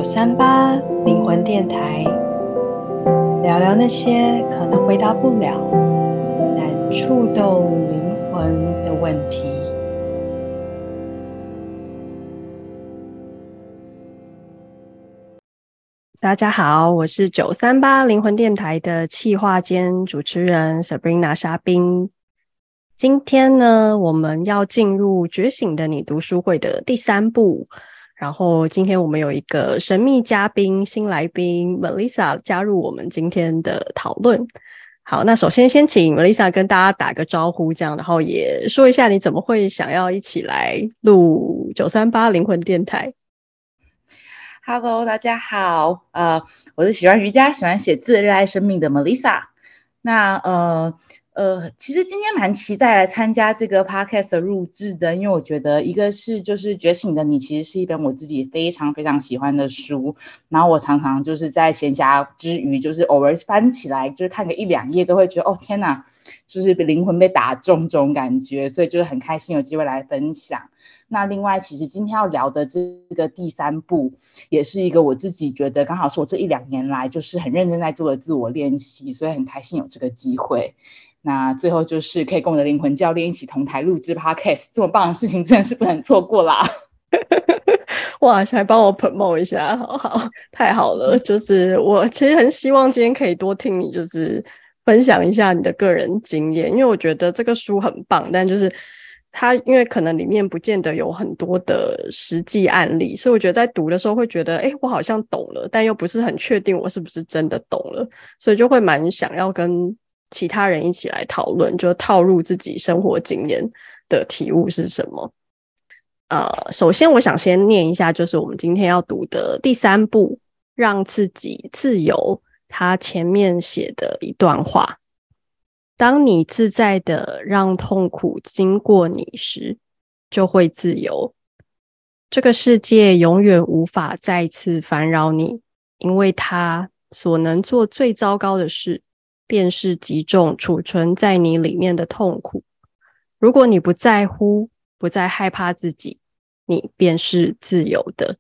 938灵魂电台，聊聊那些可能回答不了，但触动灵魂的问题。大家好，我是938灵魂电台的企划兼主持人 Sabrina 莎宾。今天呢，我们要进入觉醒的你读书会的第3部，然后今天我们有一个神秘嘉宾新来宾 Melissa 加入我们今天的讨论。好，那首先请 Melissa 跟大家打个招呼，这样，然后也说一下你怎么会想要一起来录938灵魂电台。 Hello， 大家好，我是喜欢瑜伽、喜欢写字、热爱生命的 Melissa。那其实今天蛮期待来参加这个 podcast 的录制的，因为我觉得一个是就是觉醒的你其实是一本我自己非常非常喜欢的书，然后我常常就是在闲暇之余就是偶尔翻起来就是看个1-2页都会觉得哦天哪，就是灵魂被打中这种感觉，所以就是很开心有机会来分享。那另外其实今天要聊的这个第3部也是一个我自己觉得刚好是我这1-2年来就是很认真在做的自我练习，所以很开心有这个机会。那最后就是可以跟我的灵魂教练一起同台录制 podcast， 这么棒的事情真的是不能错过啦。 哇，还帮我 promote 一下，好，太好了。就是我其实很希望今天可以多听你就是分享一下你的个人经验，因为我觉得这个书很棒，但就是它因为可能里面不见得有很多的实际案例，所以我觉得在读的时候会觉得我好像懂了，但又不是很确定我是不是真的懂了，所以就会蛮想要跟其他人一起来讨论，就套入自己生活经验的体悟是什么。首先我想先念一下就是我们今天要读的第3部让自己自由，它前面写的一段话。当你自在的让痛苦经过你时，就会自由。这个世界永远无法再次烦扰你，因为它所能做最糟糕的事便是集中储存在你里面的痛苦。如果你不在乎，不再害怕自己，你便是自由的。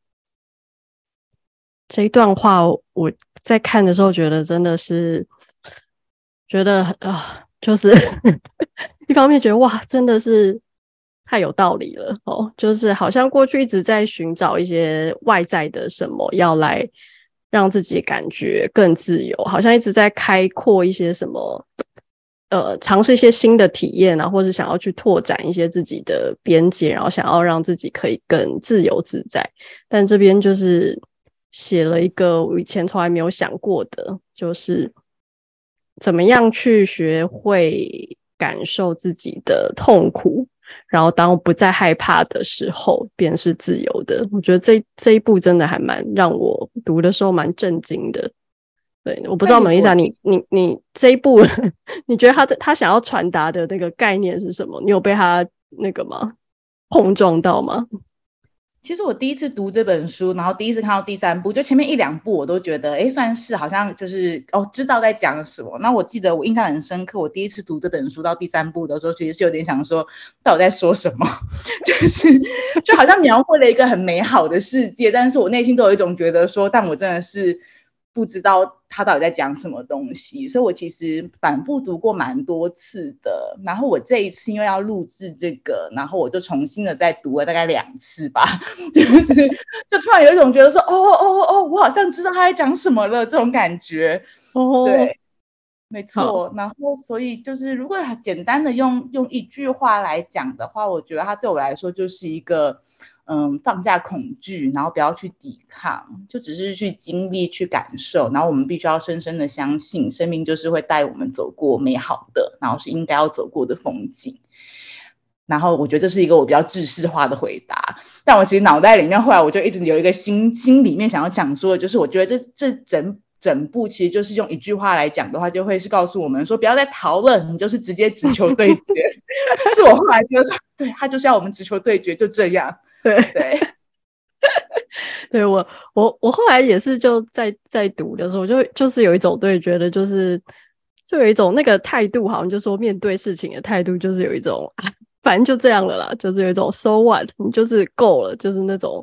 这一段话我在看的时候觉得真的是觉得就是一方面觉得哇真的是太有道理了就是好像过去一直在寻找一些外在的什么要来让自己感觉更自由，好像一直在开阔一些什么尝试一些新的体验啊，或是想要去拓展一些自己的边界，然后想要让自己可以更自由自在。但这边就是写了一个我以前从来没有想过的，就是怎么样去学会感受自己的痛苦，然后当不再害怕的时候便是自由的。我觉得这一部真的还蛮让我读的时候蛮震惊的。对，我不知道Melissa你这一部你觉得他想要传达的那个概念是什么？你有被他那个吗碰撞到吗？ 其实我第一次读这本书，然后第一次看到第3部，就前面1-2部我都觉得算是好像就是知道在讲什么。那我记得我印象很深刻，我第一次读这本书到第3部的时候，其实是有点想说到底在说什么，就好像描绘了一个很美好的世界，但是我内心都有一种觉得说，但我真的是不知道他到底在讲什么东西，所以我其实反复读过蛮多次的。然后我这一次因为要录制这个，然后我就重新的再读了大概2次吧，就突然有一种觉得说我好像知道他在讲什么了这种感觉。对，没错。然后所以就是如果简单的用一句话来讲的话，我觉得它对我来说就是一个放下恐惧，然后不要去抵抗，就只是去经历去感受，然后我们必须要深深的相信生命就是会带我们走过美好的，然后是应该要走过的风景。然后我觉得这是一个我比较制式化的回答，但我其实脑袋里面后来我就一直有一个心里面想要讲说的，就是我觉得这整部其实就是用一句话来讲的话，就会是告诉我们说不要再逃了，你就是直接直球对决。是我后来觉得说对，他就是要我们直球对决，就这样。对对，我后来也是就在读的时候就是有一种对觉得就有一种那个态度，好像就说面对事情的态度就是有一种反正就这样了啦，就是有一种 so what 你就是够了，就是那种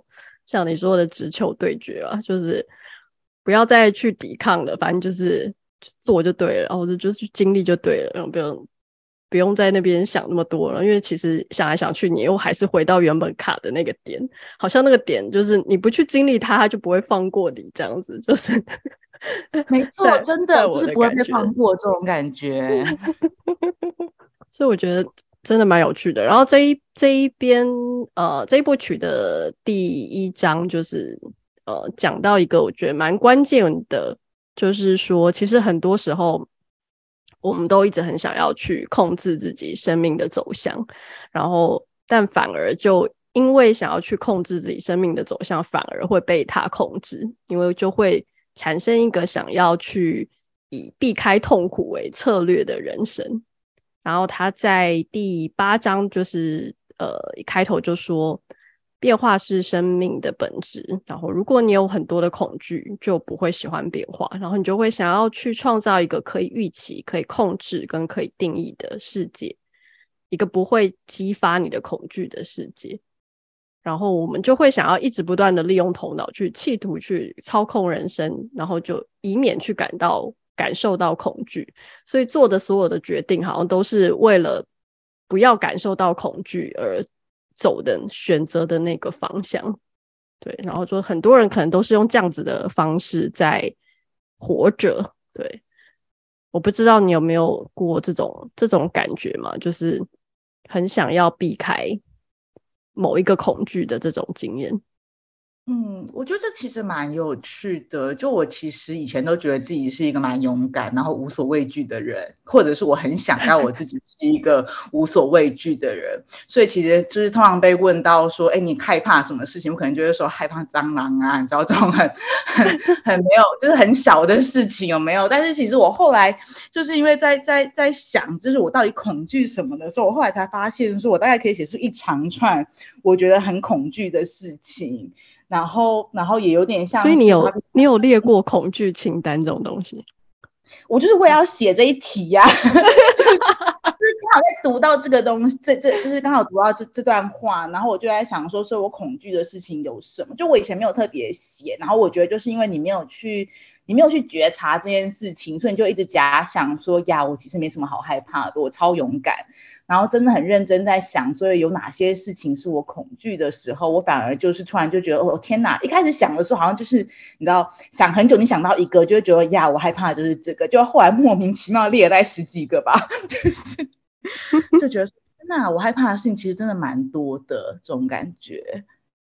像你说的直球对决啊，就是不要再去抵抗了，反正就是做就对了，然后就是去经历就对了，然后不用在那边想那么多了，因为其实想来想去，你又还是回到原本卡的那个点，好像那个点就是你不去经历它，它就不会放过你，这样子就是没错，真的在我就是不会被的感觉， 放过这种感觉。 所以我觉得真的蛮有趣的。然后这一边这一部曲的第一章就是讲到一个我觉得蛮关键的，就是说其实很多时候我们都一直很想要去控制自己生命的走向，然后但反而就因为想要去控制自己生命的走向，反而会被它控制，因为就会产生一个想要去以避开痛苦为策略的人生。然后他在第8章就是一开头就说变化是生命的本质，然后如果你有很多的恐惧就不会喜欢变化，然后你就会想要去创造一个可以预期可以控制跟可以定义的世界，一个不会激发你的恐惧的世界，然后我们就会想要一直不断的利用头脑去企图去操控人生，然后就以免去感受到恐惧，所以做的所有的决定好像都是为了不要感受到恐惧而走的选择的那个方向。对，然后说很多人可能都是用这样子的方式在活着。对，我不知道你有没有过这种感觉嘛，就是很想要避开某一个恐惧的这种经验。 我觉得这其实蛮有趣的。就我其实以前都觉得自己是一个蛮勇敢，然后无所畏惧的人，或者是我很想要我自己是一个无所畏惧的人。所以其实就是通常被问到说，哎，你害怕什么事情？我可能就会说害怕蟑螂啊，你知道这种很没有，就是很小的事情有没有？但是其实我后来就是因为在想，就是我到底恐惧什么的时候，我后来才发现，说我大概可以写出一长串我觉得很恐惧的事情。然后也有点像是， 所以你有列过恐惧清单这种东西？ 我就是为了要写这一题呀、就是刚好在读到这个东西，就是刚好读到这段话，然后我就在想说，我恐惧的事情有什么？就我以前没有特别写，然后我觉得就是因为你没有去觉察这件事情，所以你就一直假想说呀，我其实没什么好害怕的，我超勇敢。然后真的很认真在想，所以有哪些事情是我恐惧的时候，我反而就是突然就觉得，哦天哪！一开始想的时候好像就是你知道想很久，你想到一个就会觉得呀，我害怕的就是这个，就后来莫名其妙列了大概10几个吧，就觉得天哪，我害怕的事情其实真的蛮多的，这种感觉。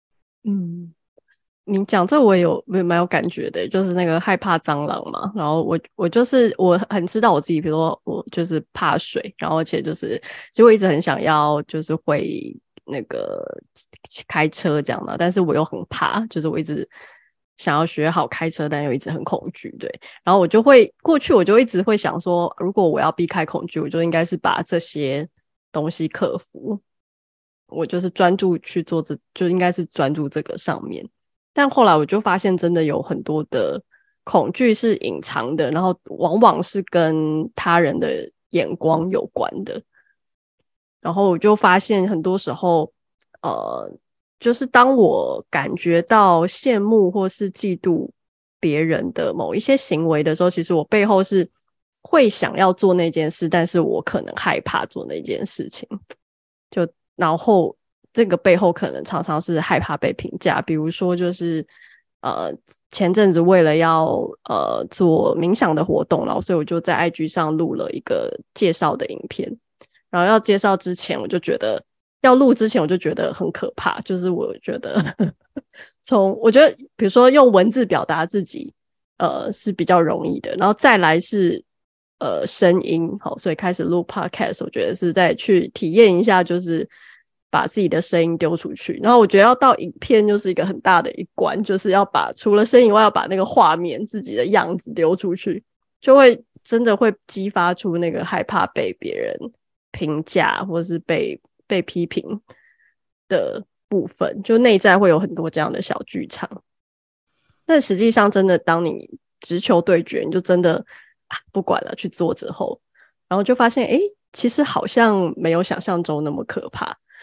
你讲这我也蛮有感觉的，就是那个害怕蟑螂嘛。然后我很知道我自己，比如说我就是怕水，然后而且就是其实我一直很想要就是会那个开车这样的，但是我又很怕，就是我一直想要学好开车，但又一直很恐惧。对，然后过去我就一直会想说，如果我要避开恐惧，我就应该是把这些东西克服。我就是专注去做就应该是专注这个上面。但后来我就发现真的有很多的恐惧是隐藏的，然后往往是跟他人的眼光有关的。然后我就发现很多时候就是当我感觉到羡慕或是嫉妒别人的某一些行为的时候，其实我背后是会想要做那件事，但是我可能害怕做那件事情。然后这个背后可能常常是害怕被评价，比如说就是前阵子为了要做冥想的活动，然后所以我就在 IG 上录了一个介绍的影片，然后要介绍之前我就觉得要录之前我就觉得很可怕，就是我觉得我觉得比如说用文字表达自己是比较容易的，然后再来是声音，好，所以开始录 podcast 我觉得是在去体验一下，就是把自己的声音丢出去，然后我觉得要到影片就是一个很大的一关，就是要把除了声音以外要把那个画面自己的样子丢出去，就会真的会激发出那个害怕被别人评价或是被批评的部分，就内在会有很多这样的小剧场。但实际上真的当你直球对决，你就真的不管了去做之后，然后就发现其实好像没有想象中那么可怕。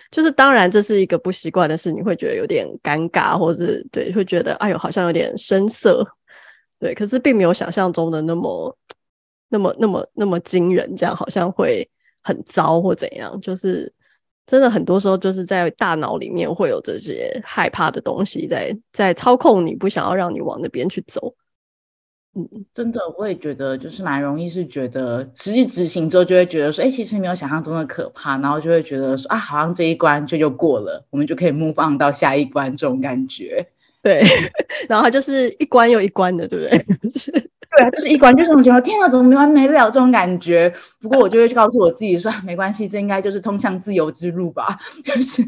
就是当然这是一个不习惯的事，你会觉得有点尴尬，或是对会觉得哎呦好像有点生涩，对，可是并没有想象中的那么惊人，这样好像会很糟或怎样，就是真的很多时候就是在大脑里面会有这些害怕的东西在操控你，不想要让你往那边去走。 真的，我也觉得就是蛮容易是觉得实际执行之后就会觉得说，哎，其实没有想象中的可怕，然后就会觉得说啊，好像这一关就过了，我们就可以 move on 到下一关这种感觉。 对，然后它就是一关又一关的，对不对？ 对啊，就是一关就是我觉得天啊，怎么没完没了这种感觉。不过我就会告诉我自己说，没关系，这应该就是通向自由之路吧。就是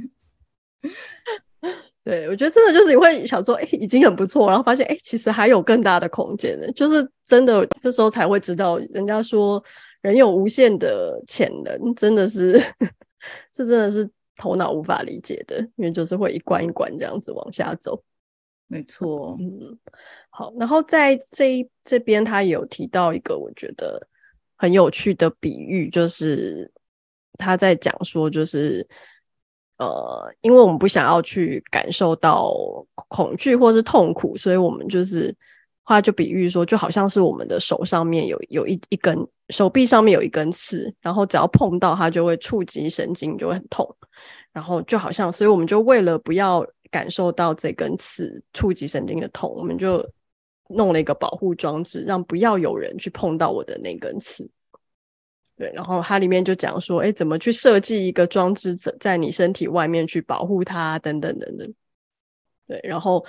对，我觉得真的就是你会想说，哎，已经很不错，然后发现，哎，其实还有更大的空间的，就是真的这时候才会知道，人家说人有无限的潜能，真的是，这真的是头脑无法理解的，因为就是会一关一关这样子往下走。 没错， 好，然后在这边他也有提到一个我觉得很有趣的比喻，就是他在讲说，就是因为我们不想要去感受到恐惧或是痛苦，所以我们就是他就比喻说，就好像是我们的手上面有一根手臂上面有一根刺，然后只要碰到它就会触及神经，就会很痛，然后就好像，所以我们就为了不要感受到这根刺触及神经的痛，我们就弄了一个保护装置，让不要有人去碰到我的那根刺。对，然后它里面就讲说，哎，怎么去设计一个装置在你身体外面去保护它，等等等等。对，然后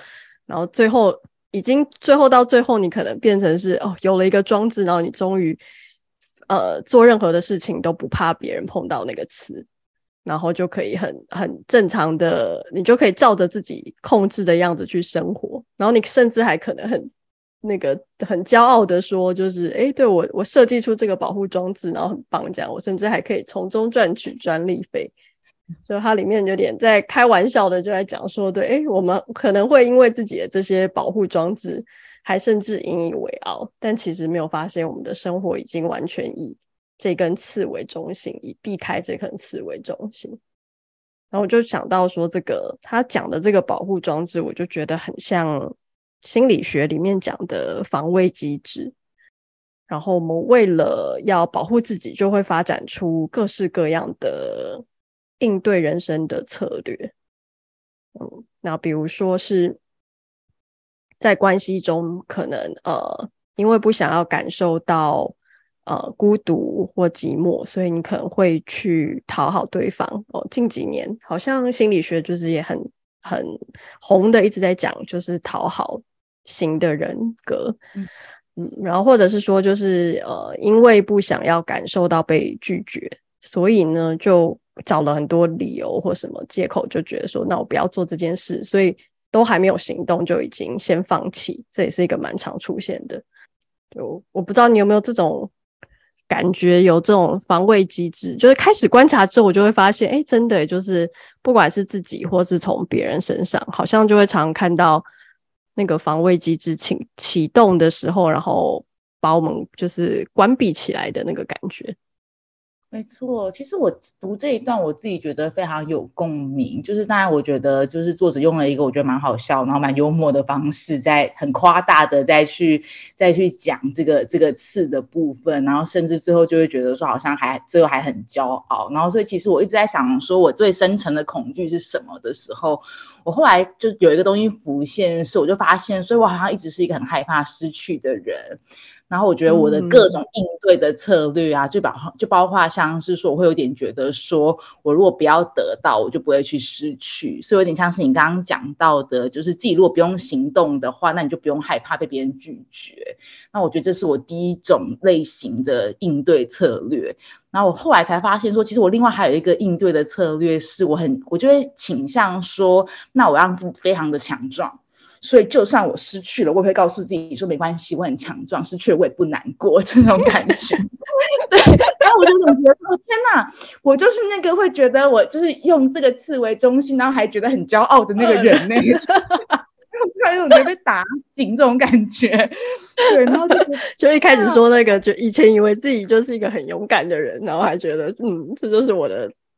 最后到最后，你可能变成是有了一个装置，然后你终于做任何的事情都不怕别人碰到那个刺，然后就可以很正常的，你就可以照着自己控制的样子去生活，然后你甚至还可能很骄傲的说，就是对我设计出这个保护装置，然后很棒，这样我甚至还可以从中赚取专利费。就它里面有点在开玩笑的就在讲说，对，我们可能会因为自己的这些保护装置还甚至引以为傲，但其实没有发现我们的生活已经完全以这根刺为中心，以避开这根刺为中心。然后我就想到说，他讲的这个保护装置，我就觉得很像心理学里面讲的防卫机制。然后我们为了要保护自己，就会发展出各式各样的应对人生的策略。那比如说是在关系中，可能因为不想要感受到孤独或寂寞，所以你可能会去讨好对方。近几年好像心理学就是也很红的，一直在讲就是讨好型的人格。然后或者是说就是因为不想要感受到被拒绝，所以呢就找了很多理由或什么借口，就觉得说那我不要做这件事，所以都还没有行动就已经先放弃，这也是一个蛮常出现的。就我不知道你有没有这种感觉，有这种防卫机制，就是开始观察之后我就会发现真的就是不管是自己或是从别人身上，好像就会常看到那个防卫机制启动的时候，然后把我们就是关闭起来的那个感觉。 没错，其实我读这一段，我自己觉得非常有共鸣。就是当然，我觉得就是作者用了一个我觉得蛮好笑，然后蛮幽默的方式，在很夸大的再去讲这个刺的部分，然后甚至最后就会觉得说好像最后还很骄傲。然后所以其实我一直在想说，我最深层的恐惧是什么的时候，我后来就有一个东西浮现，是我就发现，所以我好像一直是一个很害怕失去的人。然后我觉得我的各种应对的策略啊，就包括像是说我会有点觉得说我如果不要得到，我就不会去失去，所以有点像是你刚刚讲到的，就是自己如果不用行动的话，那你就不用害怕被别人拒绝。那我觉得这是我第一种类型的应对策略。然后我后来才发现说，其实我另外还有一个应对的策略是我就会倾向说，那我要非常的强壮。所以就算我失去了，我也会告诉自己说没关系，我很强壮，失去了我也不难过，这种感觉。对，然后我就总觉得说天哪，我就是那个会觉得我就是用这个刺为中心，然后还觉得很骄傲的那个人呢。突然有种觉得被打醒这种感觉。对，然后就一开始说那个，就以前以为自己就是一个很勇敢的人，然后还觉得这就是我的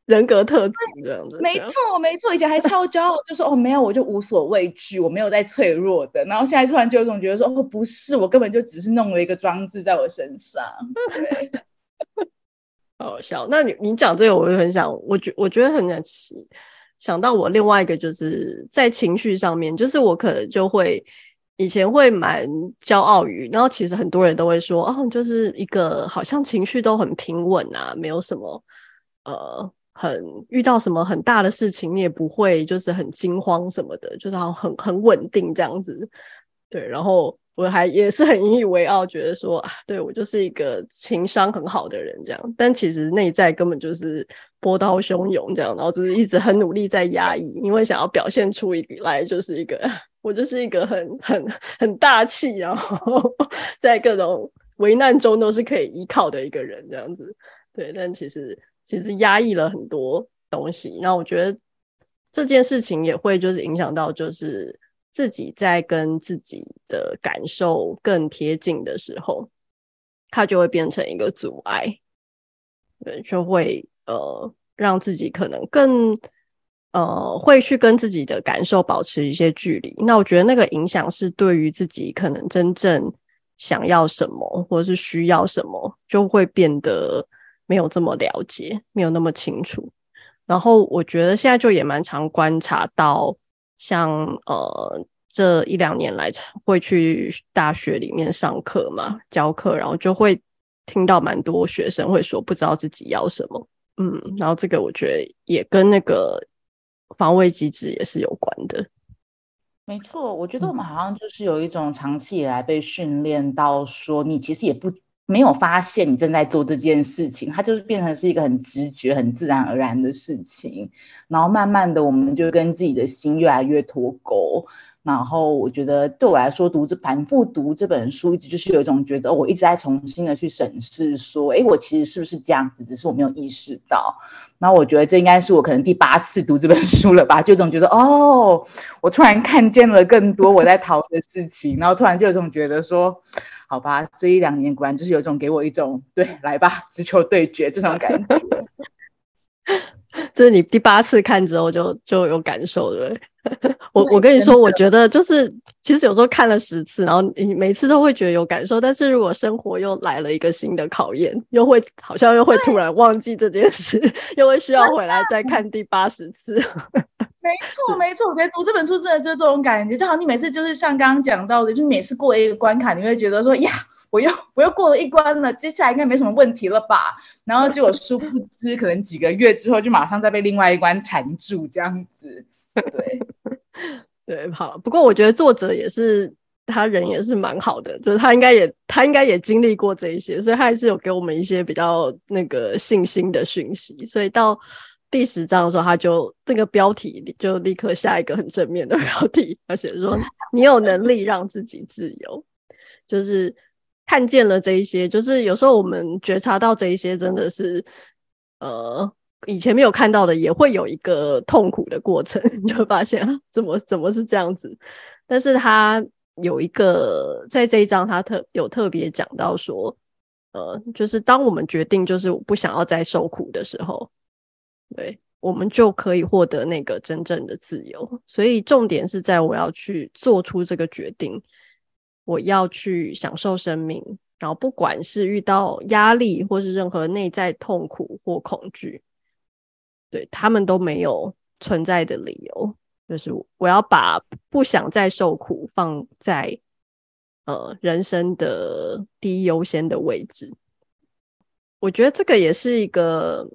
人格特质这样子。 没错没错，以前还超骄傲，就说哦没有，我就无所畏惧，我没有在脆弱的。然后现在突然就有种觉得说哦不是，我根本就只是弄了一个装置在我身上。对， 好笑。那你讲这个，我就很想，我觉得很想到我另外一个，就是在情绪上面，就是我可能就会以前会蛮骄傲于，然后其实很多人都会说，哦，就是一个好像情绪都很平稳啊，没有什么遇到什么很大的事情，你也不会就是很惊慌什么的，就是好像很稳定这样子。对，然后我也是很引以为傲，觉得说啊，对我就是一个情商很好的人这样，但其实内在根本就是波涛汹涌这样，然后只是一直很努力在压抑，因为想要表现出来就是一个我就是一个很大气，然后在各种危难中都是可以依靠的一个人这样子。对，但其实压抑了很多东西，那我觉得这件事情也会就是影响到就是自己在跟自己的感受更贴近的时候，它就会变成一个阻碍。对，就会让自己可能更会去跟自己的感受保持一些距离。那我觉得那个影响是对于自己可能真正想要什么或者是需要什么，就会变得没有这么了解，没有那么清楚。然后我觉得现在就也蛮常观察到，像这一两年来会去大学里面上课嘛，教课，然后就会听到蛮多学生会说不知道自己要什么。然后这个我觉得也跟那个防卫机制也是有关的。 没错，我觉得我们好像就是有一种长期以来被训练到说，你其实也没有发现你正在做这件事情，它就是变成是一个很直觉、很自然而然的事情。然后慢慢的，我们就跟自己的心越来越脱钩。然后我觉得对我来说，反复读这本书，一直就是有一种觉得，我一直在重新的去审视，说，哎，我其实是不是这样子，只是我没有意识到。然后我觉得这应该是我可能第8次读这本书了吧，就有种觉得，哦，我突然看见了更多我在逃的事情，然后突然就有种觉得说，好吧，这1、2年果然就是有种给我一种对，来吧，直球对决这种感觉。 这是你第8次看之后就有感受，对不对？我跟你说，我觉得就是其实有时候看了10次，然后你每次都会觉得有感受，但是如果生活又来了一个新的考验，好像又会突然忘记这件事，又会需要回来再看第80次。 没错，没错，我觉得读这本书真的就是这种感觉，就好像你每次就是像刚刚讲到的，就是每次过了一个关卡，你会觉得说呀，我又过了一关了，接下来应该没什么问题了吧？然后结果殊不知，可能几个月之后就马上再被另外一关缠住，这样子。对， 对，好。不过我觉得作者他人也是蛮好的，就是他应该也经历过这一些，所以他还是有给我们一些比较那个信心的讯息。所以到第10章的时候，他就这个标题就立刻下一个很正面的标题，而且说你有能力让自己自由，就是看见了这一些，就是有时候我们觉察到这一些，真的是以前没有看到的，也会有一个痛苦的过程，你就会发现怎么是这样子。但是他有一个在这一章，他特别讲到说，就是当我们决定就是不想要再受苦的时候，对，我们就可以获得那个真正的自由。所以重点是在我要去做出这个决定，我要去享受生命，然后不管是遇到压力或是任何内在痛苦或恐惧，对，他们都没有存在的理由。就是我要把不想再受苦放在人生的第一优先的位置。我觉得这个也是一个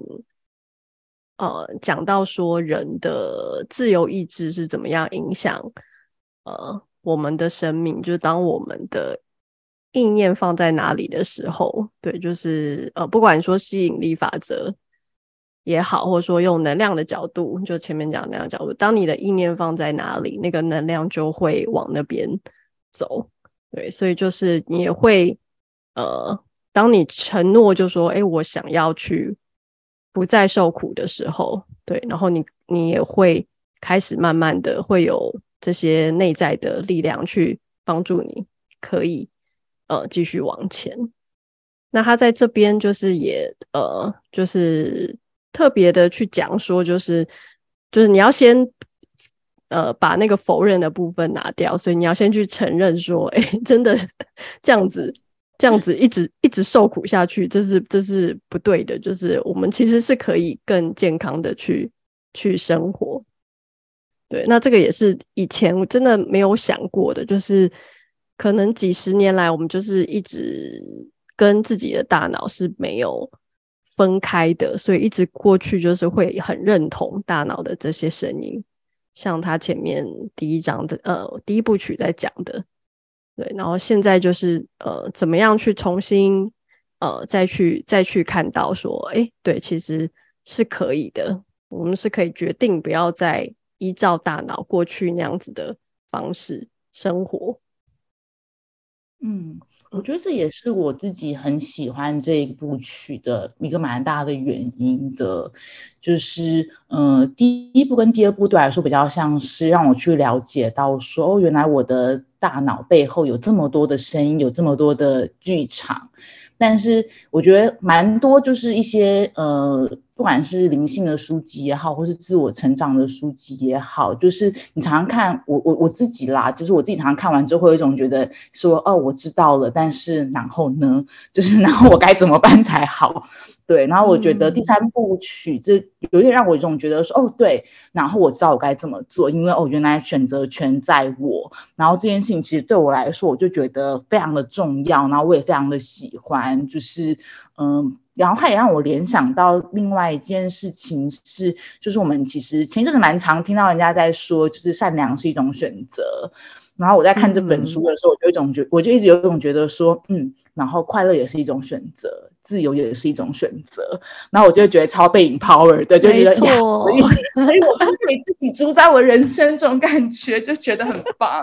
讲到说人的自由意志是怎么样影响我们的生命，就是当我们的意念放在哪里的时候，对，就是不管说吸引力法则也好，或者说用能量的角度，就前面讲的能量角度，当你的意念放在哪里，那个能量就会往那边走。对，所以就是你也会当你承诺就说我想要去不再受苦的时候，对，然后你也会开始慢慢的会有这些内在的力量去帮助你可以继续往前。那他在这边就是也就是特别的去讲说，就是你要先把那个否认的部分拿掉，所以你要先去承认说，真的这样子一直受苦下去，这是不对的，就是我们其实是可以更健康的去生活。对，那这个也是以前我真的没有想过的，就是可能几十年来我们就是一直跟自己的大脑是没有分开的，所以一直过去就是会很认同大脑的这些声音，像他前面第一部曲在讲的。对，然后现在就是怎么样去重新再去看到说，对，其实是可以的，我们是可以决定不要再依照大脑过去那样子的方式生活。 我觉得这也是我自己很喜欢这一部曲的一个蛮大的原因的，就是第一部跟第二部对我来说比较像是让我去了解到说，原来我的大脑背后有这么多的声音，有这么多的剧场。但是我觉得蛮多就是一些不管是灵性的书籍也好，或是自我成长的书籍也好，就是你常常看我自己啦，就是我自己常常看完之后会有一种觉得说，我知道了，但是然后呢，就是然后我该怎么办才好？对，然后我觉得第三部曲这有点让我有一种觉得说，对，然后我知道我该怎么做，因为原来选择权在我，然后这件事情其实对我来说，我就觉得非常的重要，然后我也非常的喜欢，就是然后它也让我联想到另外一件事情是，就是我们其实前一阵子蛮常听到人家在说，就是善良是一种选择。然后我在看这本书的时候，我就一直有一种觉得说，然后快乐也是一种选择，自由也是一种选择。然后我就觉得超被 empower 的，就觉得呀，所以我是可以自己主宰我人生，这种感觉就觉得很棒。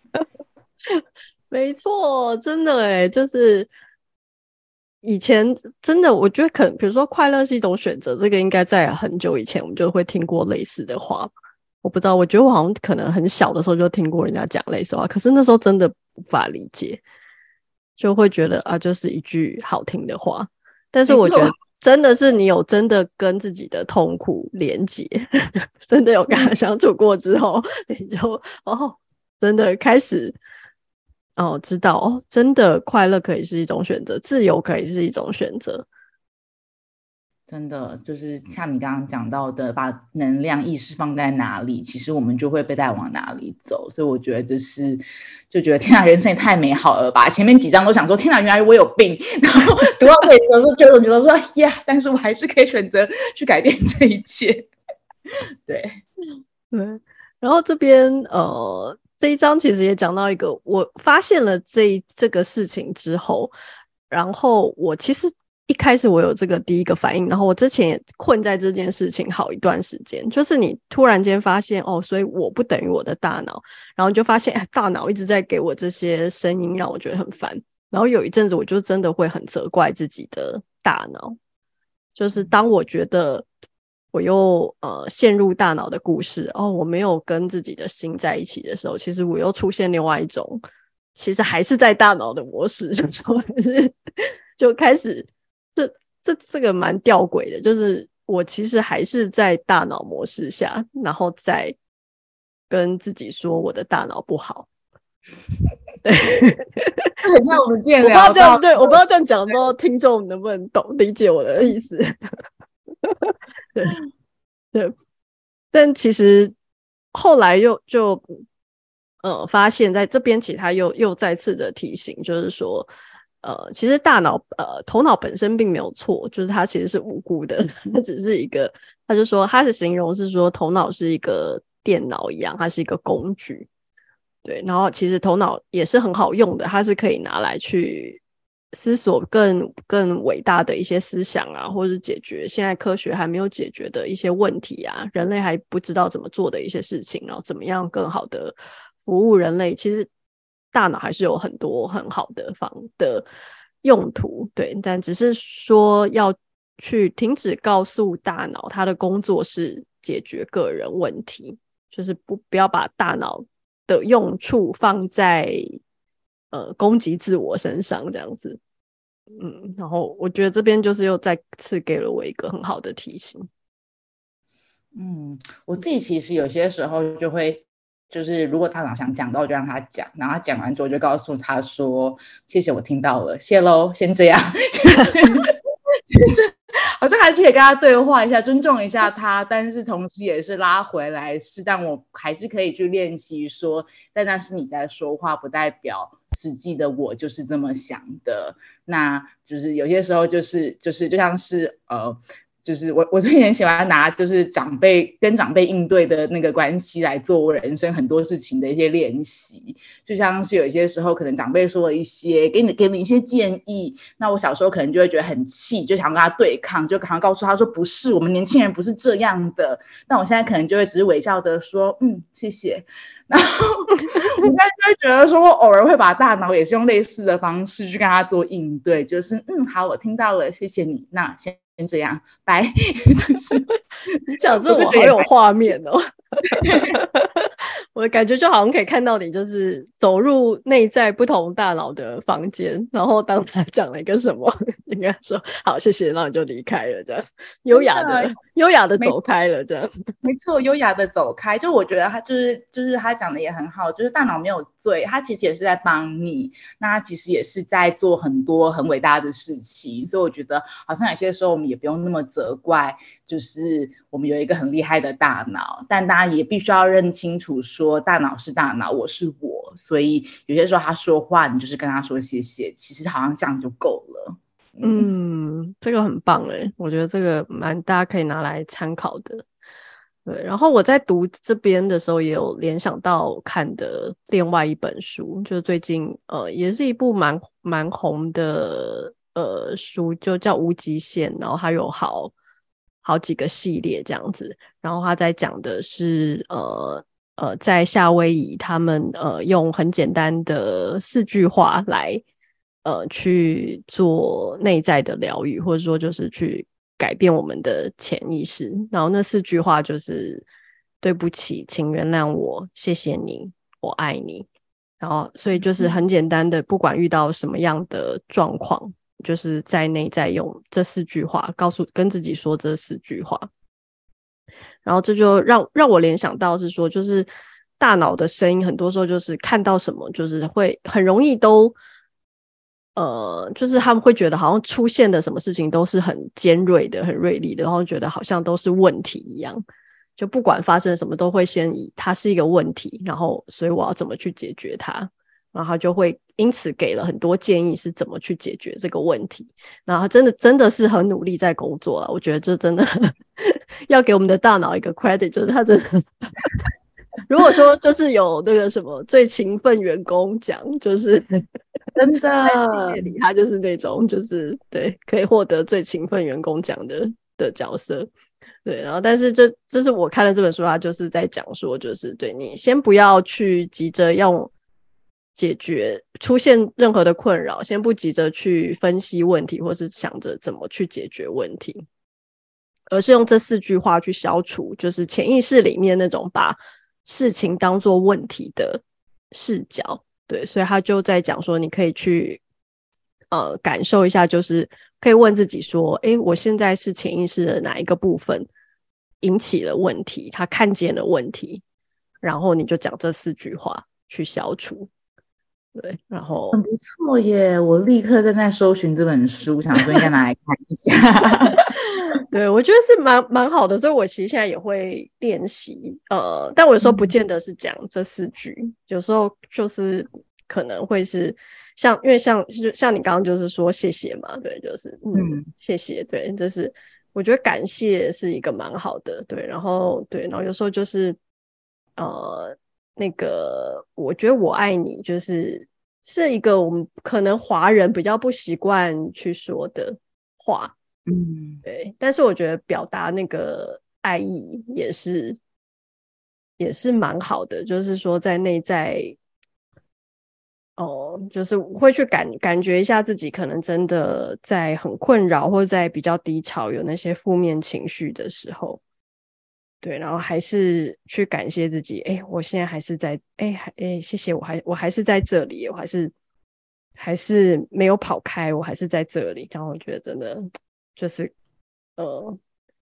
没错，真的就是以前真的，我觉得可能比如说快乐是一种选择，这个应该在很久以前我们就会听过类似的话。我不知道，我觉得我好像可能很小的时候就听过人家讲类似的话，可是那时候真的无法理解，就会觉得就是一句好听的话。但是我觉得真的是你有真的跟自己的痛苦连结，真的有跟他相处过之后，你就真的开始知道真的快乐可以是一种选择，自由可以是一种选择。 真的就是像你刚刚讲到的，把能量意识放在哪里，其实我们就会被带往哪里走。所以我觉得就觉得天哪，人生也太美好了吧！前面几章都想说天哪，原来我有病，然后读到这里的时候就觉得说呀，但是我还是可以选择去改变这一切。对， 然后这边这一章其实也讲到一个，我发现了这个事情之后，然后我其实一开始我有这个第一个反应，然后我之前也困在这件事情好一段时间，就是你突然间发现所以我不等于我的大脑，然后你就发现大脑一直在给我这些声音，让我觉得很烦。然后有一阵子我就真的会很责怪自己的大脑，就是当我觉得我又陷入大脑的故事，我没有跟自己的心在一起的时候，其实我又出现另外一种其实还是在大脑的模式，就开始这个蛮吊诡的，就是我其实还是在大脑模式下，然后再跟自己说我的大脑不好。对， 很像我们之前我不知道聊到， 对，我不知道这样讲，不知道听众能不能理解我的意思。对，但其实后来就发现在这边，其实他又再次的提醒，就是说其实头脑本身并没有错，就是它其实是无辜的，它只是一个，他就说他的形容是说头脑是一个电脑一样，它是一个工具。对，然后其实头脑也是很好用的，它是可以拿来去思索更伟大的一些思想啊，或是解决现在科学还没有解决的一些问题啊，人类还不知道怎么做的一些事情，然后怎么样更好的服务人类，其实大脑还是有很多很好的用途。对，但只是说要去停止告诉大脑它的工作是解决个人问题，就是不要把大脑的用处放在攻击自我身上这样子。然后我觉得这边就是又再次给了我一个很好的提醒。 我自己其实有些时候就会，就是如果大脑想讲到，我就让他讲，然后他讲完之后就告诉他说：“谢谢，我听到了，谢喽，先这样。”就是好像还是可以跟他对话一下，尊重一下他，但是同时也是拉回来，是但我还是可以去练习说，但那是你在说话，不代表实际的我就是这么想的。那就是有些时候就像是就是我最近很喜欢拿就是跟长辈应对的那个关系来做我人生很多事情的一些练习，就像是有一些时候可能长辈说了一些给你一些建议，那我小时候可能就会觉得很气，就想跟他对抗，就赶快告诉他说不是，我们年轻人不是这样的。但我现在可能就会只是微笑的说谢谢。然后我现在就会觉得说，我偶尔会把大脑也是用类似的方式去跟他做应对，就是好，我听到了，谢谢你，那先这样，拜。就是你讲这我好有画面哦。我感觉就好像可以看到你就是走入内在不同大脑的房间，然后当他讲了一个什么，你跟他说好谢谢，然后你就离开了，这样优雅的走开了，这样没错，优雅的走开。就我觉得他就是他讲的也很好，就是大脑没有罪，他其实也是在帮你，那他其实也是在做很多很伟大的事情，所以我觉得好像有些时候我们也不用那么责怪，就是我们有一个很厉害的大脑，但大家也必须要认清楚说，大脑是大脑，我是我，所以有些时候他说话，你就是跟他说谢谢，其实好像这样就够了。 这个很棒诶，我觉得这个大家可以拿来参考的。对，然后我在读这边的时候也有联想到看的另外一本书，就是最近也是一部蛮红的书，就叫无极限，然后它有好几个系列这样子，然后他在讲的是在夏威夷他们用很简单的4句话来去做内在的疗愈，或者说就是去改变我们的潜意识。然后那4句话就是对不起，请原谅我，谢谢你，我爱你。然后所以就是很简单的，不管遇到什么样的状况，就是在内在用这4句话跟自己说这4句话。然后这就让我联想到是说，就是大脑的声音很多时候就是看到什么就是会很容易都就是他们会觉得好像出现的什么事情都是很尖锐的很锐利的，然后觉得好像都是问题一样，就不管发生什么都会先以它是一个问题，然后所以我要怎么去解决它，然后他就会因此给了很多建议是怎么去解决这个问题，然后真的是很努力在工作了，我觉得就真的要给我们的大脑一个 credit， 就是他真的如果说就是有那个什么最勤奋员工奖，就是真的在企业里他就是那种就是对可以获得最勤奋员工奖的角色。对，然后但是这是我看了这本书，他就是在讲说，就是对你先不要去急着用解决出现任何的困扰，先不急着去分析问题，或是想着怎么去解决问题，而是用这4句话去消除就是潜意识里面那种把事情当作问题的视角。对，所以他就在讲说你可以去感受一下，就是可以问自己说我现在是潜意识的哪一个部分引起了问题，他看见了问题，然后你就讲这4句话去消除。对，然后很不错耶，我立刻在搜寻这本书，想说应该拿来看一下。 对，我觉得是蛮好的，所以我其实现在也会练习，但我有时候不见得是讲这4句，有时候就是可能会是因为像你刚刚就是说谢谢嘛，对，就是谢谢，对，这是我觉得感谢是一个蛮好的，对，然后有时候就是那个我觉得我爱你是一个我们可能华人比较不习惯去说的话。对，但是我觉得表达那个爱意也是蛮好的，就是说在内在就是会去感觉一下自己可能真的在很困扰或者在比较低潮有那些负面情绪的时候，对，然后还是去感谢自己，我现在还是在谢谢，我还是在这里，我还是没有跑开，我还是在这里，然后我觉得真的就是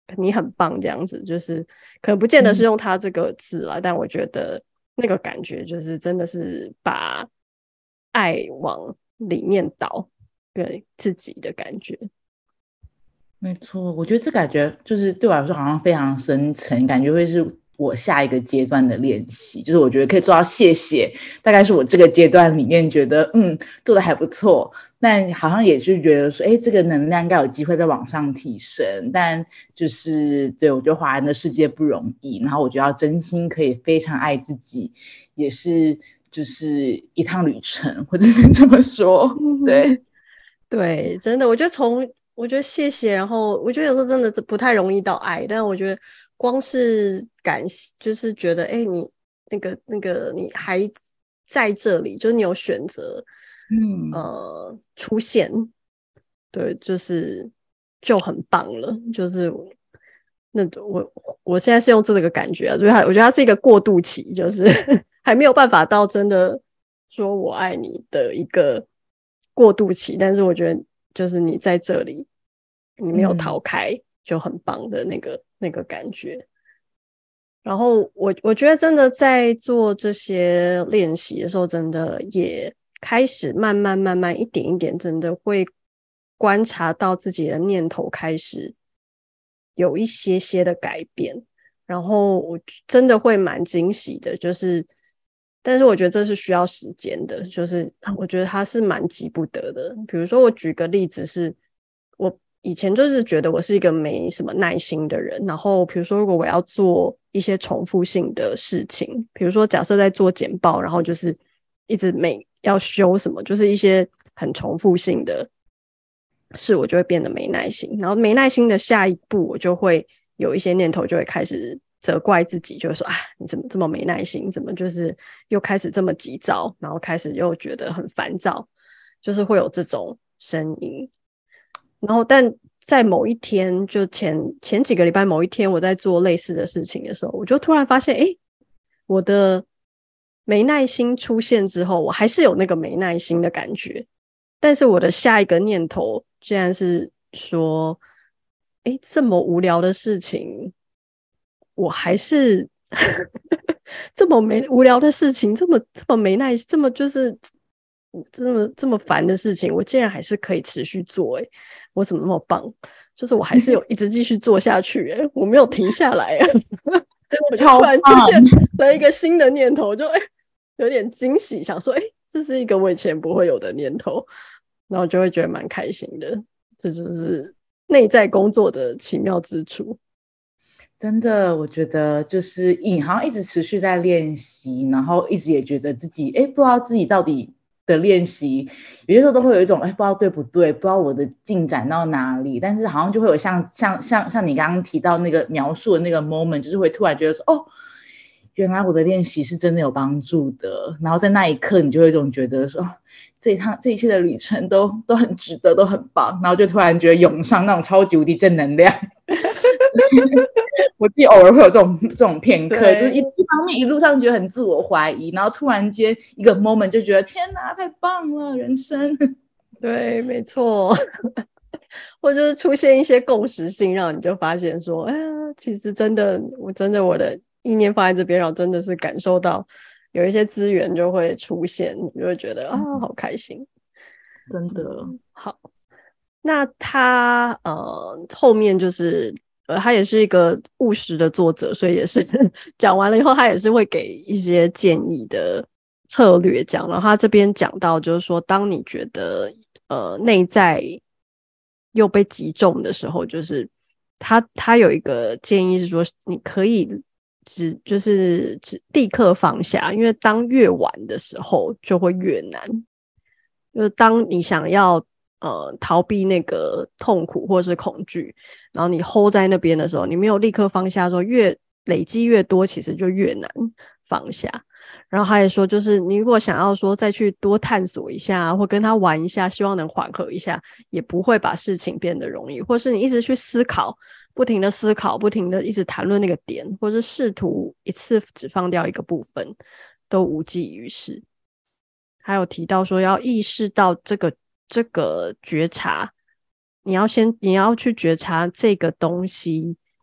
你很棒这样子，就是可能不见得是用他这个字啦，但我觉得那个感觉就是真的是把爱往里面倒，对自己的感觉。 没错，我觉得这感觉就是对我来说好像非常深沉，感觉会是我下一个阶段的练习。就是我觉得可以做到谢谢，大概是我这个阶段里面觉得做的还不错，但好像也是觉得说，哎，这个能量应该有机会再往上提升。但就是对我觉得华人的世界不容易，然后我觉得要真心可以非常爱自己，也是就是一趟旅程，或者是这么说，对。 对，真的，我觉得谢谢，然后我觉得有时候真的不太容易到爱，但我觉得光是感谢，就是觉得哎，你那个你还在这里，就是你有选择，出现，对，就很棒了，就是那我现在是用这个感觉啊，就是我觉得它是一个过渡期，就是还没有办法到真的说我爱你的一个过渡期，但是我觉得就是你在这里，你没有逃开，就很棒的那个感觉。然后我觉得真的在做这些练习的时候，真的也开始慢慢一点一点，真的会观察到自己的念头开始有一些些的改变，然后我真的会蛮惊喜的，就是但是我觉得这是需要时间的，就是我觉得它是蛮急不得的。比如说我举个例子是，我以前就是觉得我是一个没什么耐心的人，然后比如说如果我要做一些重复性的事情，比如说假设在做简报，然后就是一直要修什么，就是一些很重复性的事，我就会变得没耐心，然后没耐心的下一步，我就会有一些念头就会开始责怪自己，就是说啊，你怎么这么没耐心？怎么就是又开始这么急躁？然后开始又觉得很烦躁，就是会有这种声音。然后，但在某一天，就前几个礼拜某一天，我在做类似的事情的时候，我就突然发现，哎，我的没耐心出现之后，我还是有那个没耐心的感觉，但是我的下一个念头竟然是说，哎，这么无聊的事情，我还是这么无聊的事情，这么没耐，这么就是这么烦的事情，我竟然还是可以持续做，哎，我怎么那么棒？就是我还是有一直继续做下去，哎，我没有停下来啊！我就突超然出棒！ 现了一个新的念头，就有点惊喜，想说，哎，这是一个我以前不会有的念头，然后就会觉得蛮开心的。这就是内在工作的奇妙之处。 真的，我觉得就是你好像一直持续在练习，然后一直也觉得自己不知道自己到底的练习，有些时候都会有一种不知道对不对，不知道我的进展到哪里，但是好像就会有像你刚刚提到那个描述的那个 moment，就是会突然觉得说哦，原来我的练习是真的有帮助的，然后在那一刻你就会有一种觉得说这一切的旅程都很值得，都很棒，然后就突然觉得涌上那种超级无敌正能量。我自己偶尔会有这种片刻，就是一方面一路上觉得很自我怀疑，然后突然间一个 moment 就觉得天哪，太棒了，人生。 对，没错。或就是出现一些共识性，让你就发现说，哎呀，其实真的，我的意念放在这边，然后真的是感受到有一些资源就会出现，你就会觉得啊，好开心。 真的。 好，那他后面就是他也是一个务实的作者，所以也是讲完了以后，他也是会给一些建议的策略讲。然后他这边讲到，就是说，当你觉得内在又被击中的时候，就是他有一个建议是说，你可以就是立刻放下，因为当越晚的时候就会越难。就是当你想要逃避那个痛苦或是恐惧，然后你 hold 在那边的时候，你没有立刻放下的时候，越累积越多，其实就越难放下。然后他也说，就是你如果想要说再去多探索一下，或跟他玩一下，希望能缓和一下，也不会把事情变得容易。或是你一直去思考，不停的思考，不停的一直谈论那个点，或是试图一次只放掉一个部分，都无济于事。还有提到说要意识到这个觉察，你要去觉察这个东西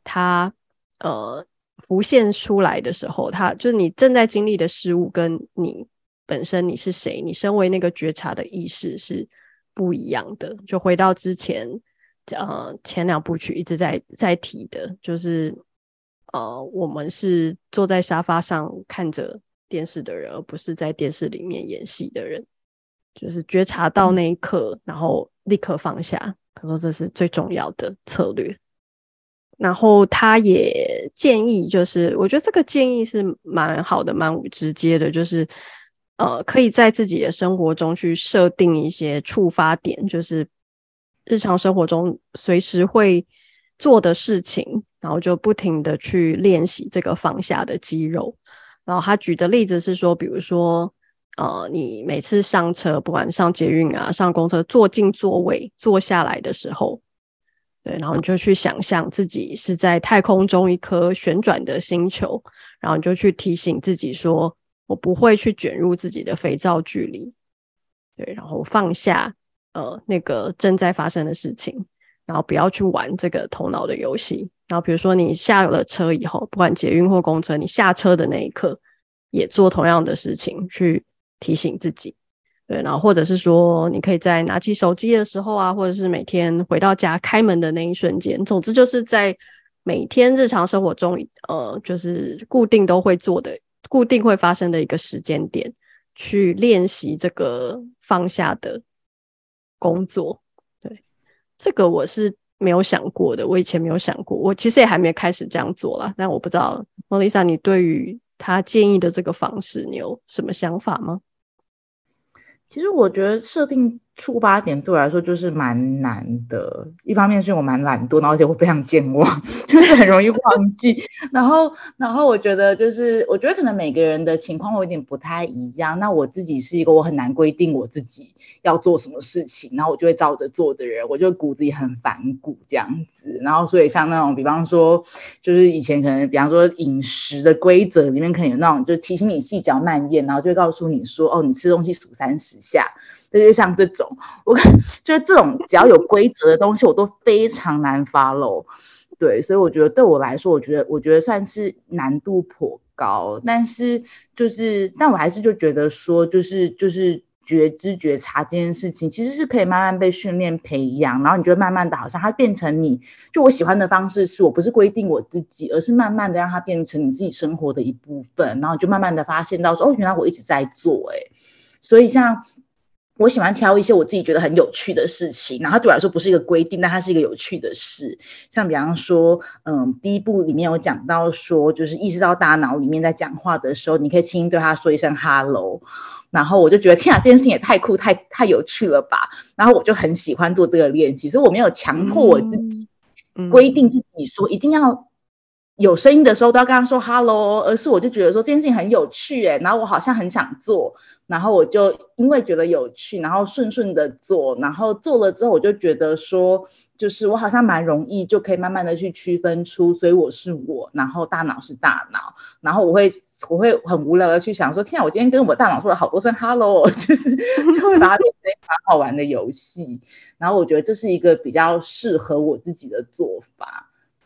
它浮现出来的时候，它就是你正在经历的事物跟你本身你是谁，你身为那个觉察的意识是不一样的。就回到之前前2部曲一直在提的，就是我们是坐在沙发上看着电视的人，而不是在电视里面演戏的人。就是觉察到那一刻，然后立刻放下，他说这是最重要的策略。然后他也建议，就是我觉得这个建议是蛮好的，蛮直接的，就是可以在自己的生活中去设定一些触发点，就是日常生活中随时会做的事情，然后就不停的去练习这个放下的肌肉。然后他举的例子是说，比如说你每次上车，不管上捷运啊上公车，坐进座位坐下来的时候，对，然后你就去想象自己是在太空中一颗旋转的星球，然后你就去提醒自己说，我不会去卷入自己的肥皂剧里，对，然后放下那个正在发生的事情，然后不要去玩这个头脑的游戏。然后比如说你下了车以后，不管捷运或公车，你下车的那一刻也做同样的事情去提醒自己。对，然后或者是说你可以在拿起手机的时候啊，或者是每天回到家开门的那一瞬间，总之就是在每天日常生活中就是固定都会做的，固定会发生的一个时间点去练习这个放下的工作。对，这个我是没有想过的，我以前没有想过，我其实也还没开始这样做啦，但我不知道莫丽莎你对于他建议的这个方式你有什么想法吗？ 其实我觉得设定触发点对我来说就是蛮难的，一方面是我蛮懒惰，然后而且我非常健忘，就是很容易忘记。然后我觉得我觉得可能每个人的情况会有点不太一样。那我自己是一个我很难规定我自己要做什么事情，然后我就会照着做的人，我就骨子里很反骨这样子。然后所以像那种比方说，就是以前可能比方说饮食的规则里面可能有那种就是提醒你细嚼慢咽，然后就会告诉你说，哦，你吃东西数30下。就是像这种，就是这种只要有规则的东西，我都非常难 follow。对，所以我觉得对我来说，我觉得算是难度颇高，但是但我还是就觉得说，觉知觉察这件事情，其实是可以慢慢被训练培养，然后你就会慢慢的，好像它变成就我喜欢的方式是我不是规定我自己，而是慢慢的让它变成你自己生活的一部分，然后就慢慢的发现到说，哦，原来我一直在做，所以像我喜欢挑一些我自己觉得很有趣的事情，然后它对我来说不是一个规定，但它是一个有趣的事。像比方说，第一部里面有讲到说，就是意识到大脑里面在讲话的时候，你可以轻轻对他说一声 “hello”，然后我就觉得天啊，这件事情也太酷、太有趣了吧！然后我就很喜欢做这个练习，所以我没有强迫我自己规定自己说一定要有声音的时候都要跟他说 “hello”，而是我就觉得说这件事情很有趣然后我好像很想做。然后我就因为觉得有趣，然后顺顺的做，然后做了之后，我就觉得说，就是我好像蛮容易就可以慢慢的去区分出，所以我是我，然后大脑是大脑，然后我会很无聊的去想说，天啊，我今天跟我大脑说了好多声 hello，就会把它变成一个蛮好玩的游戏，然后我觉得这是一个比较适合我自己的做法。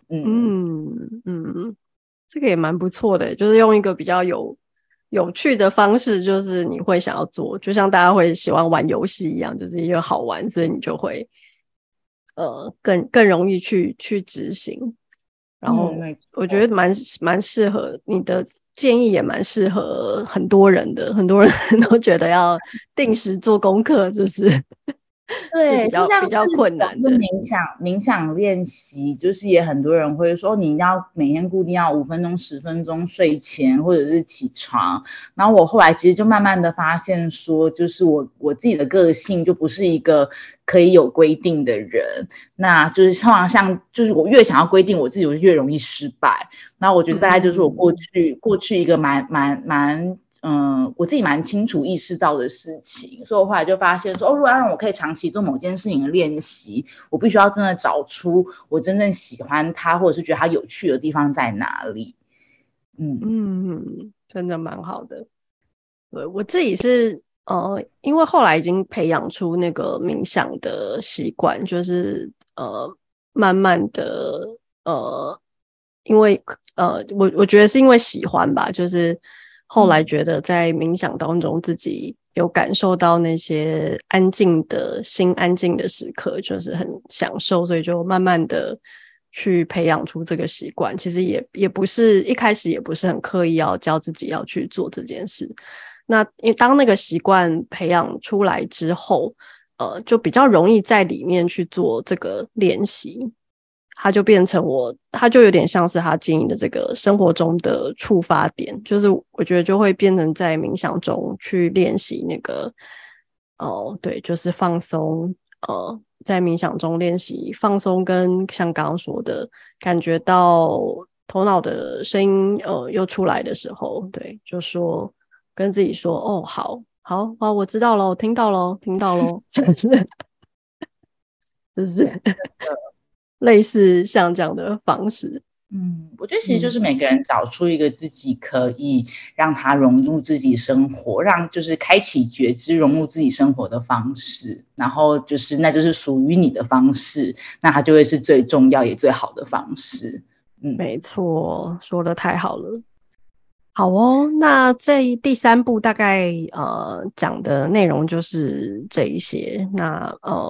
这个也蛮不错的，就是用一个比较有趣的方式，就是你会想要做，就像大家会喜欢玩游戏一样，就是因为好玩，所以你就会更容易去执行。然后我觉得蛮适合你的建议，也蛮适合很多人的，很多人都觉得要定时做功课，就是是对，就像比较困难的。 冥想练习，就是也很多人会说，你要每天固定要5分钟、10分钟睡前或者是起床。然后我后来其实就慢慢的发现说，就是我自己的个性就不是一个可以有规定的人，那就是通常就是我越想要规定我自己，我就越容易失败。然后我觉得大概就是我过去一个我自己蛮清楚意识到的事情，所以我后来就发现说，如果要让我可以长期做某件事情的练习，我必须要真的找出我真正喜欢它，或者是觉得它有趣的地方在哪里。 真的蛮好的。对，我自己是因为后来已经培养出那个冥想的习惯，就是慢慢的因为我觉得是因为喜欢吧，就是后来觉得在冥想当中自己有感受到那些安静的心安静的时刻，就是很享受，所以就慢慢的去培养出这个习惯。其实也不是一开始也不是很刻意要教自己要去做这件事。那因为当那个习惯培养出来之后，就比较容易在里面去做这个练习，它就变成它就有点像是他经营的这个生活中的触发点，就是我觉得就会变成在冥想中去练习那个对，就是放松，在冥想中练习放松，跟像刚刚说的感觉到头脑的声音又出来的时候，对，就说跟自己说哦，好我知道了，我听到了，就是类似像这样的方式。 我觉得其实就是每个人找出一个自己可以让他融入自己生活，让就是开启觉知融入自己生活的方式，然后就是那就是属于你的方式，那它就会是最重要也最好的方式。 没错，说得太好了。好哦，那这第三部大概讲的内容就是这一些。那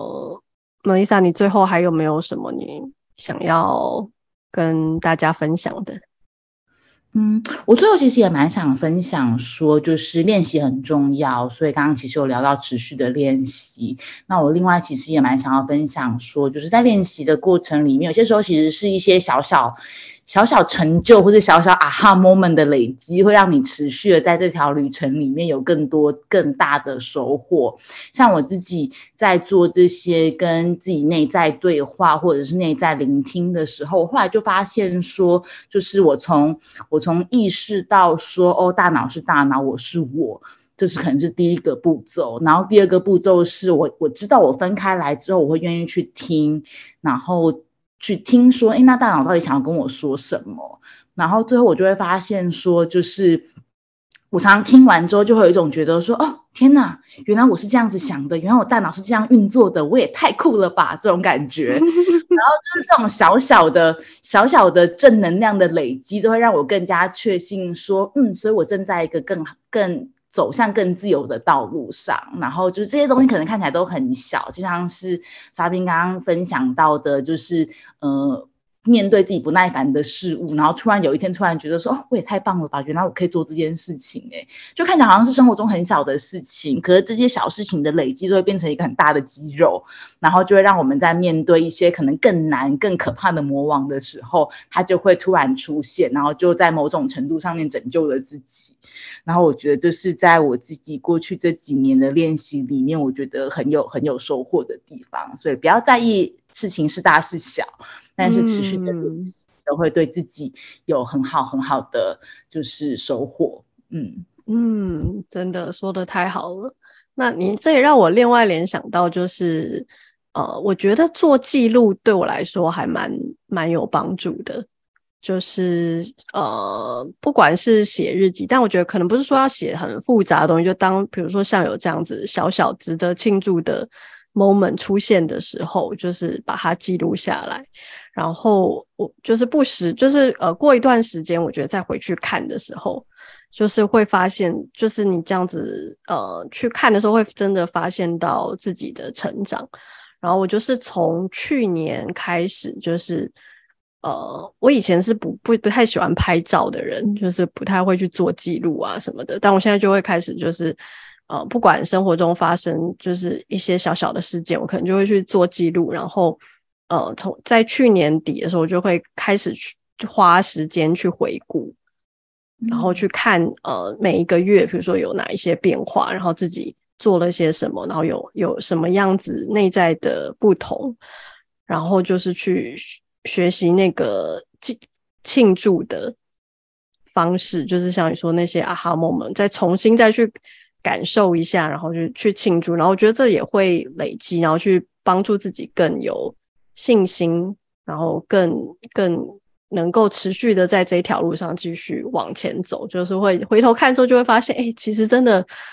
Melissa，你最后还有没有什么你想要跟大家分享的？ 我最后其实也蛮想分享说，就是练习很重要，所以刚刚其实有聊到持续的练习。那我另外其实也蛮想要分享说，就是在练习的过程里面，有些时候其实是一些小小成就或者小小 aha moment 的累积，会让你持续的在这条旅程里面有更多更大的收获。像我自己在做这些跟自己内在对话或者是内在聆听的时候，我后来就发现说，就是我从意识到说，哦，大脑是大脑，我是我，这是可能是第一个步骤。然后第二个步骤是我知道我分开来之后，我会愿意去听，然后去听说，那大脑到底想要跟我说什么？然后最后我就会发现说，就是我常常听完之后，就会有一种觉得说，哦，天哪，原来我是这样子想的，原来我大脑是这样运作的，我也太酷了吧，这种感觉。然后就是这种小小的正能量的累积，都会让我更加确信说，所以我正在一个更走向更自由的道路上。然后就是这些东西可能看起来都很小，就像是沙冰刚刚分享到的，就是面对自己不耐烦的事物，然后突然有一天突然觉得说，哦，我也太棒了吧，原来我可以做这件事情。就看起来好像是生活中很小的事情，可是这些小事情的累积都会变成一个很大的肌肉，然后就会让我们在面对一些可能更难更可怕的魔王的时候，它就会突然出现，然后就在某种程度上面拯救了自己。然后我觉得这是在我自己过去这几年的练习里面，我觉得很有收获的地方。所以不要在意事情是大是小，但是持续的练习都会对自己有很好的就是收获。 真的说得太好了。那你这也让我另外联想到，就是我觉得做记录对我来说还蛮有帮助的。就是不管是写日记，但我觉得可能不是说要写很复杂的东西，就当比如说像有这样子小小值得庆祝的 moment 出现的时候，就是把它记录下来。然后我就是不时就是过一段时间，我觉得再回去看的时候，就是会发现，就是你这样子去看的时候，会真的发现到自己的成长。然后我就是从去年开始，就是我以前是不太喜欢拍照的人，就是不太会去做记录啊什么的。但我现在就会开始，就是不管生活中发生就是一些小小的事件，我可能就会去做记录。然后在去年底的时候，我就会开始去花时间去回顾，然后去看每一个月，比如说有哪一些变化，然后自己做了些什么，然后有什么样子内在的不同，然后就是去学习那个庆祝的方式，就是像你说那些 aha moment， 再重新再去感受一下，然后就去庆祝。然后我觉得这也会累积，然后去帮助自己更有信心，然后更能够持续的在这一条路上继续往前走。就是会回头看的时候就会发现，其实真的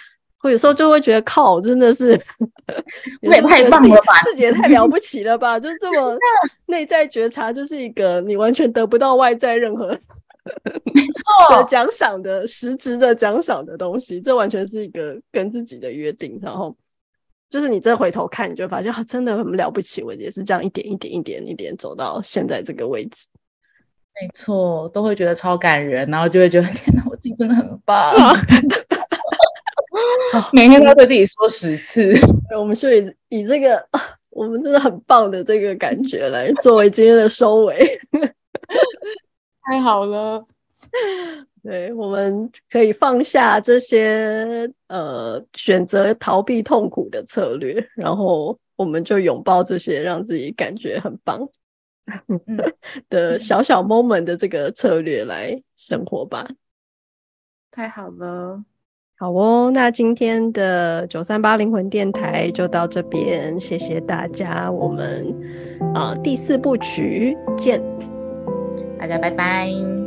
我有时候就会觉得靠，真的是我也太棒了吧， 自己也太了不起了吧，就这么内在觉察，就是一个你完全得不到外在任何的奖赏的实质的奖赏的东西，这完全是一个跟自己的约定。然后就是你再回头看，你就会发现真的很了不起，我也是这样一点一点一点一点走到现在这个位置。 没错，都会觉得超感人，然后就会觉得天哪，我自己真的很棒。每天都对自己说10次。 我们就以这个我们真的很棒的这个感觉来作为今天的收尾。 太好了。 对，我们可以放下这些选择逃避痛苦的策略，然后我们就拥抱这些让自己感觉很棒的小小 moment 的这个策略来生活吧。 太好了。 好哦，那今天的938灵魂电台就到这边，谢谢大家，我们第4部曲见， 大家拜拜。